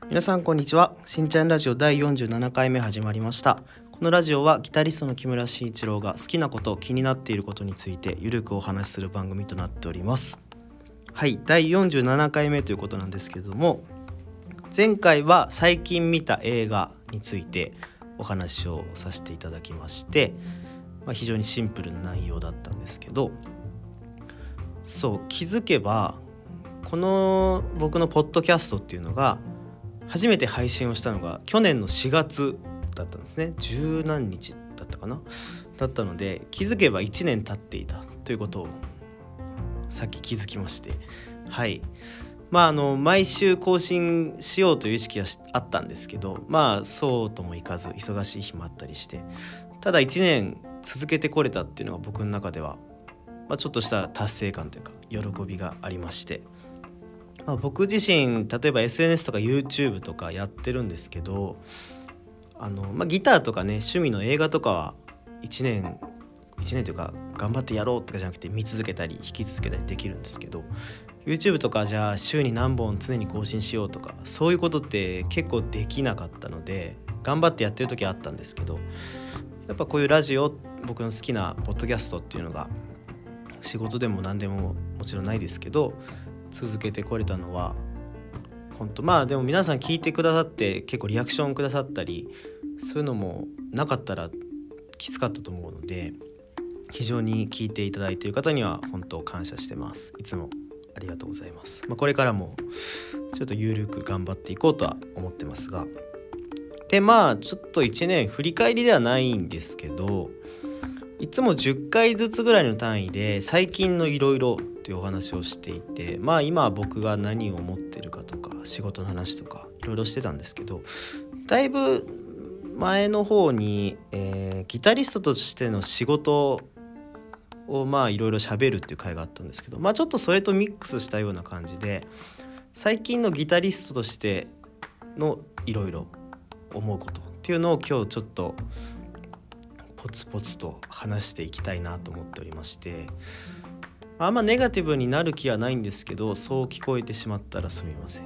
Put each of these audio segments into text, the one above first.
皆さんこんにちは。しんちゃんラジオ第47回目始まりました。このラジオはギタリストの木村慎一郎が好きなこと、気になっていることについてゆるくお話しする番組となっております。はい、第47回目ということなんですけれども、前回は最近見た映画についてお話をさせていただきまして、非常にシンプルな内容だったんですけど、そう気づけばこの僕のポッドキャストっていうのが初めて配信をしたのが去年の4月だったんですね。十何日だったかな、だったので気づけば1年経っていたということをさっき気づきまして、はい、毎週更新しようという意識はあったんですけど、そうともいかず忙しい日もあったりして、ただ1年続けてこれたっていうのが僕の中では、ちょっとした達成感というか喜びがありまして、僕自身例えば SNS とか YouTube とかやってるんですけど、ギターとかね、趣味の映画とかは1年というか頑張ってやろうとかじゃなくて見続けたり弾き続けたりできるんですけど、 YouTube とかじゃあ週に何本常に更新しようとかそういうことって結構できなかったので、頑張ってやってる時はあったんですけど、やっぱこういうラジオ、僕の好きなポッドキャストっていうのが仕事でも何でももちろんないですけど続けてこれたのは本当、でも皆さん聞いてくださって結構リアクションくださったり、そういうのもなかったらきつかったと思うので、非常に聞いていただいている方には本当感謝してます。いつもありがとうございます。これからもちょっとゆるく頑張っていこうとは思ってますが、でちょっと1年振り返りではないんですけど、いつも10回ずつぐらいの単位で最近のいろいろっていうお話をしていて、今僕が何を思ってるかとか仕事の話とかいろいろしてたんですけど、だいぶ前の方に、ギタリストとしての仕事をいろいろ喋るっていう回があったんですけど、ちょっとそれとミックスしたような感じで最近のギタリストとしてのいろいろ思うことっていうのを今日ちょっとポツポツと話していきたいなと思っておりまして、あんまネガティブになる気はないんですけど、そう聞こえてしまったらすみません。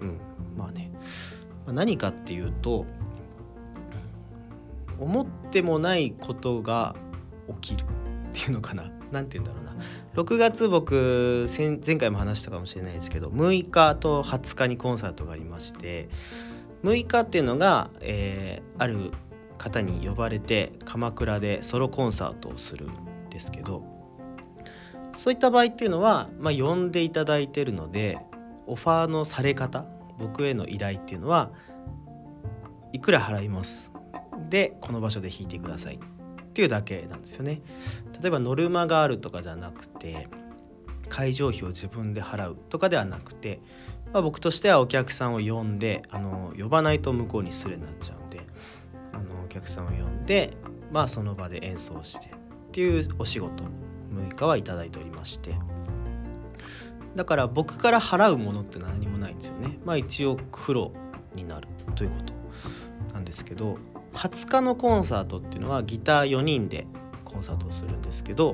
何かっていうと、思ってもないことが起きるっていうのかな、なんて言うんだろうな。6月僕前回も話したかもしれないですけど、6日と20日にコンサートがありまして、6日っていうのが、ある方に呼ばれて鎌倉でソロコンサートをするんですけど、そういった場合っていうのは、呼んでいただいてるのでオファーのされ方、僕への依頼っていうのはいくら払います、でこの場所で弾いてくださいっていうだけなんですよね。例えばノルマがあるとかじゃなくて、会場費を自分で払うとかではなくて、僕としてはお客さんを呼んで、呼ばないと向こうに失礼になっちゃうんで、お客さんを呼んで、その場で演奏してっていうお仕事を6日はいただいておりまして、だから僕から払うものって何もないんですよね。一応黒になるということなんですけど、20日のコンサートっていうのはギター4人でコンサートをするんですけど、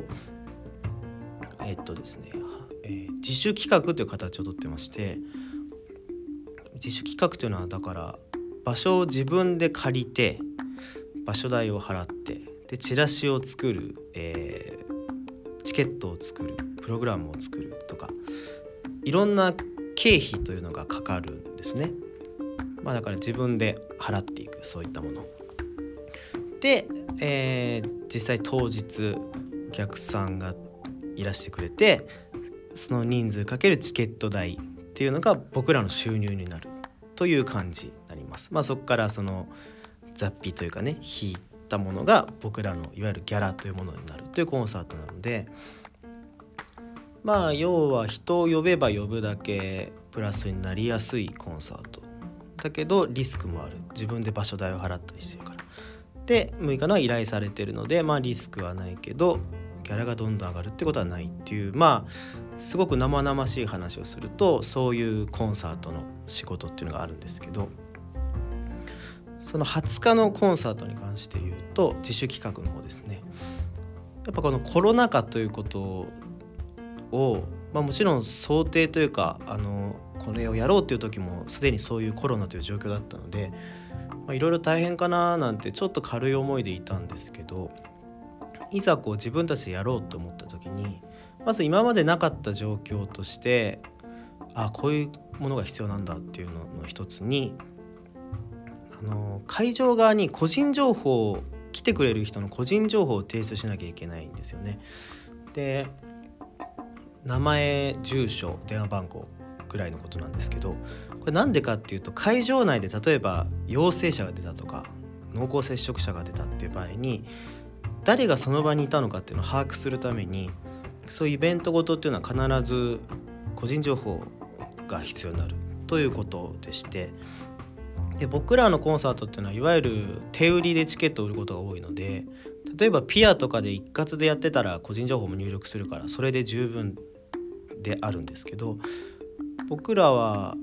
ですね、自主企画という形をとってまして、自主企画というのはだから場所を自分で借りて場所代を払って、でチラシを作る、チケットを作る、プログラムを作るとか、いろんな経費というのがかかるんですね。だから自分で払っていく、そういったもので、実際当日お客さんがいらしてくれて、その人数かけるチケット代っていうのが僕らの収入になるという感じになります。そこからその雑費というかね、引いたものが僕らのいわゆるギャラというものになるというコンサートなので、要は人を呼べば呼ぶだけプラスになりやすいコンサートだけどリスクもある、自分で場所代を払ったりしてるから。で6日のは依頼されてるので、リスクはないけどギャラがどんどん上がるってことはないっていう、すごく生々しい話をすると、そういうコンサートの仕事っていうのがあるんですけど、その20日のコンサートに関して言うと、自主企画の方ですね、やっぱこのコロナ禍ということを、もちろん想定というか、 これをやろうっていう時もすでにそういうコロナという状況だったので、いろいろ大変かななんてちょっと軽い思いでいたんですけど、いざ自分たちでやろうと思った時に、まず今までなかった状況として、こういうものが必要なんだっていうのの一つに、会場側に個人情報、来てくれる人の個人情報を提出しなきゃいけないんですよね。で、名前、住所、電話番号ぐらいのことなんですけど、これなんでかっていうと、会場内で例えば陽性者が出たとか濃厚接触者が出たっていう場合に、誰がその場にいたのかっていうのを把握するために、そういうイベントごとっていうのは必ず個人情報が必要になるということでして、で僕らのコンサートっていうのはいわゆる手売りでチケットを売ることが多いので、例えばピアとかで一括でやってたら個人情報も入力するからそれで十分であるんですけど、僕らは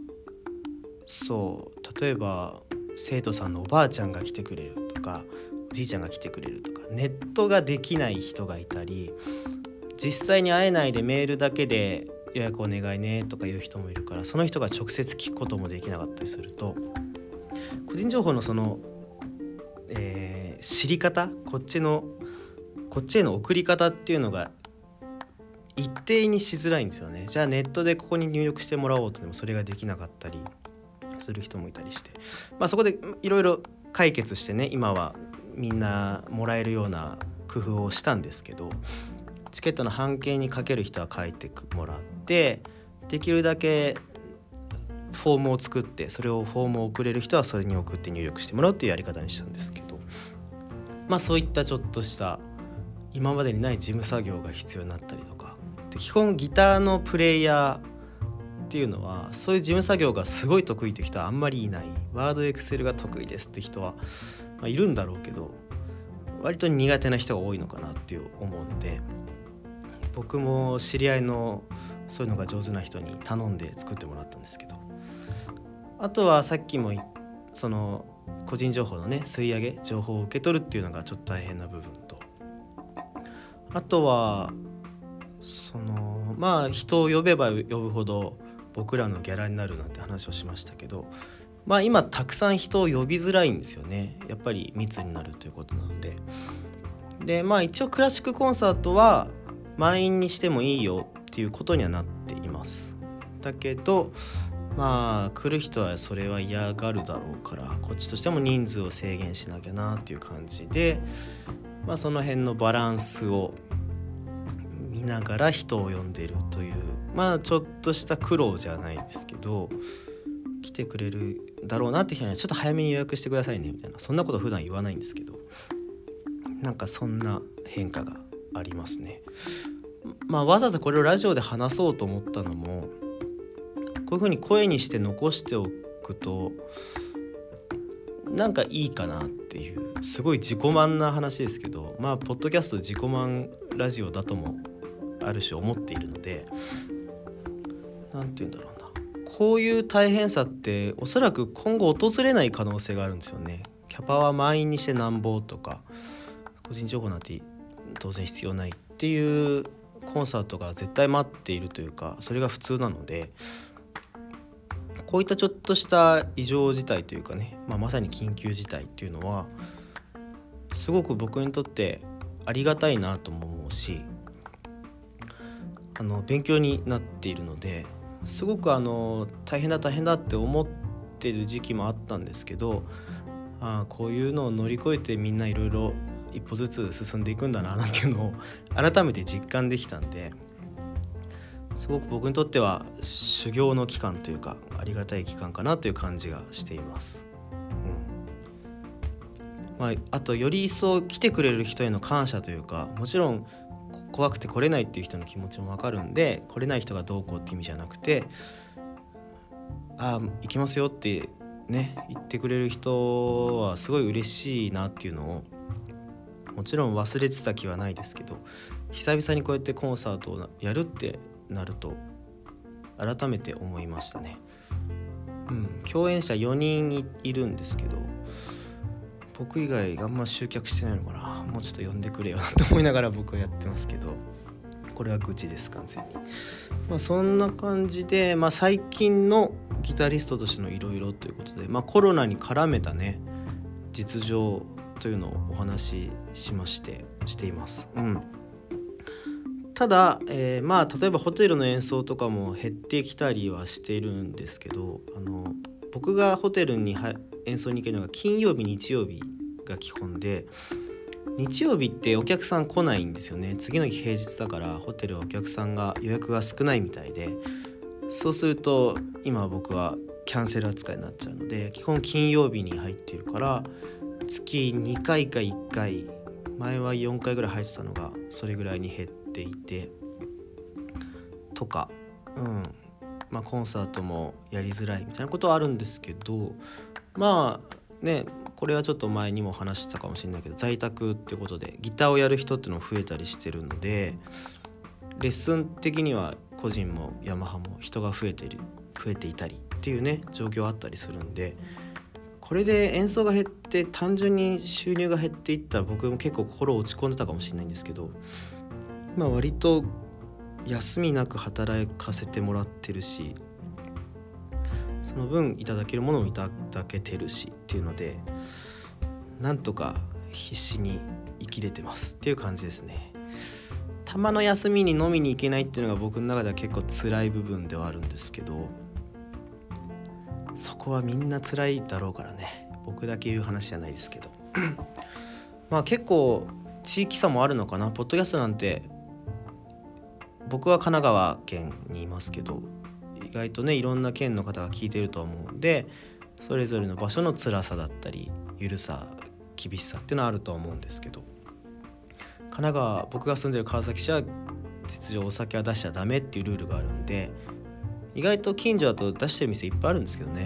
例えば生徒さんのおばあちゃんが来てくれるとか、おじいちゃんが来てくれるとか、ネットができない人がいたり、実際に会えないでメールだけで予約お願いねとかいう人もいるから、その人が直接聞くこともできなかったりすると、個人情報の知り方、こっちへの送り方っていうのが一定にしづらいんですよね。じゃあネットでここに入力してもらおうとでもそれができなかったりする人もいたりして、そこでいろいろ解決してね、今はみんなもらえるような工夫をしたんですけど、チケットの半径に書ける人は書いてもらって、できるだけフォームを作って、それをフォームを送れる人はそれに送って入力してもらうっていうやり方にしたんですけど、そういったちょっとした今までにない事務作業が必要になったりとかで、基本ギターのプレイヤーっていうのはそういう事務作業がすごい得意って人はあんまりいない。ワードエクセルが得意ですって人は、いるんだろうけど、割と苦手な人が多いのかなって思うので、僕も知り合いのそういうのが上手な人に頼んで作ってもらったんですけど、あとはさっきもその個人情報のね吸い上げ、情報を受け取るっていうのがちょっと大変な部分と、あとは人を呼べば呼ぶほど僕らのギャラになるなんて話をしましたけど、今たくさん人を呼びづらいんですよね。やっぱり密になるということなので。で一応クラシックコンサートは満員にしてもいいよっていうことにはなっています。だけど来る人はそれは嫌がるだろうから、こっちとしても人数を制限しなきゃなっていう感じで、その辺のバランスを見ながら人を呼んでるという、ちょっとした苦労じゃないですけど、来てくれるだろうなって人にはちょっと早めに予約してくださいねみたいな、そんなこと普段言わないんですけど、そんな変化がありますね。わざわざこれをラジオで話そうと思ったのも、こういう風に声にして残しておくといいかなっていう、すごい自己満な話ですけど、ポッドキャスト自己満ラジオだともある種思っているので、こういう大変さっておそらく今後訪れない可能性があるんですよね。キャパは満員にしてなんぼとか、個人情報なんて当然必要ないっていうコンサートが絶対待っているというか、それが普通なので、こういったちょっとした異常事態というかね、まさに緊急事態っていうのはすごく僕にとってありがたいなとも思うし、勉強になっているので、すごく大変だって思ってる時期もあったんですけど、こういうのを乗り越えてみんないろいろ一歩ずつ進んでいくんだななんていうのを改めて実感できたんで、すごく僕にとっては修行の期間というかありがたい期間かなという感じがしています。あとより一層来てくれる人への感謝というか、もちろん怖くて来れないっていう人の気持ちも分かるんで、来れない人がどうこうって意味じゃなくて、行きますよってね言ってくれる人はすごい嬉しいなっていうのを、もちろん忘れてた気はないですけど、久々にこうやってコンサートをやるってなると改めて思いましたね。共演者4人いるんですけど、僕以外あんま集客してないのかな、もうちょっと呼んでくれよと思いながら僕はやってますけど、これは愚痴です完全に。 そんな感じで、最近のギタリストとしてのいろいろということで、コロナに絡めたね実情というのをお話ししています。ただ、例えばホテルの演奏とかも減ってきたりはしているんですけど、僕がホテルに演奏に行けるのが金曜日日曜日が基本で、日曜日ってお客さん来ないんですよね。次の日平日だからホテルはお客さんが予約が少ないみたいで、そうすると今僕はキャンセル扱いになっちゃうので、基本金曜日に入っているから月2回か1回、前は4回ぐらい入ってたのがそれぐらいに減っていてとか、コンサートもやりづらいみたいなことはあるんですけど、これはちょっと前にも話したかもしれないけど、在宅ってことでギターをやる人っていうのも増えたりしてるので、レッスン的には個人もヤマハも人が増えていたりっていうね状況あったりするんで、これで演奏が減って単純に収入が減っていったら僕も結構心落ち込んでたかもしれないんですけど、今割と休みなく働かせてもらってるし、その分いただけるものをいただけてるしっていうので、なんとか必死に生きれてますっていう感じですね。たまの休みに飲みに行けないっていうのが僕の中では結構辛い部分ではあるんですけど、そこはみんな辛いだろうからね、僕だけ言う話じゃないですけど結構地域差もあるのかな。ポッドキャストなんて僕は神奈川県にいますけど、意外とねいろんな県の方が聞いてると思うんで、それぞれの場所の辛さだったり緩さ厳しさっていうのはあると思うんですけど、神奈川、僕が住んでる川崎市は実情お酒は出しちゃダメっていうルールがあるんで、意外と近所だと出してる店いっぱいあるんですけどね。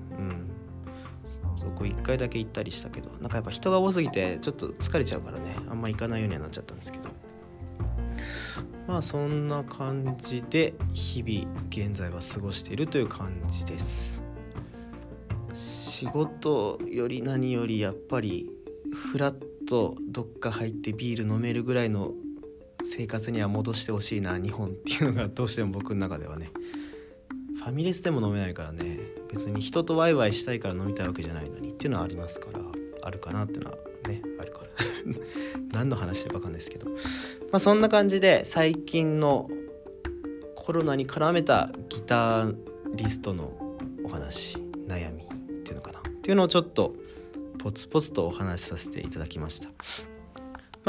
そこ1回だけ行ったりしたけど、やっぱ人が多すぎてちょっと疲れちゃうからね、あんま行かないようにはなっちゃったんですけど、そんな感じで日々現在は過ごしているという感じです。仕事より何よりやっぱりフラッとどっか入ってビール飲めるぐらいの生活には戻してほしいな日本っていうのがどうしても僕の中ではね、ファミレスでも飲めないからね、別に人とワイワイしたいから飲みたいわけじゃないのにっていうのはありますから、あるかなっていうのはねあるから何の話か分かんないですけど、そんな感じで最近のコロナに絡めたギタリストのお話、悩みっていうのかなっていうのをちょっとポツポツとお話しさせていただきました。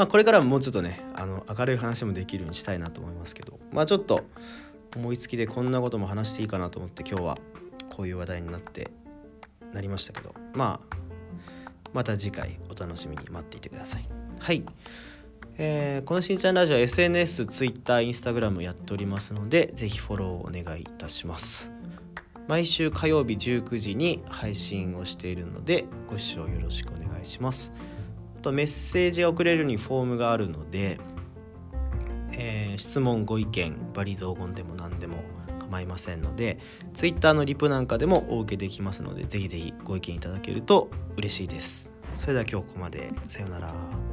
これからももうちょっとね明るい話もできるようにしたいなと思いますけど、ちょっと思いつきでこんなことも話していいかなと思って今日はこういう話題になりましたけど、また次回お楽しみに待っていてください。はい、このしんちゃんラジオは SNS、Twitter、Instagram やっておりますので、ぜひフォローをお願いいたします。毎週火曜日19時に配信をしているのでご視聴よろしくお願いします。あとメッセージが送れるようにフォームがあるので、質問ご意見罵詈雑言でも何でも構いませんので、 Twitter のリプなんかでもお受けできますので、ぜひぜひご意見いただけると嬉しいです。それでは今日ここまで。さようなら。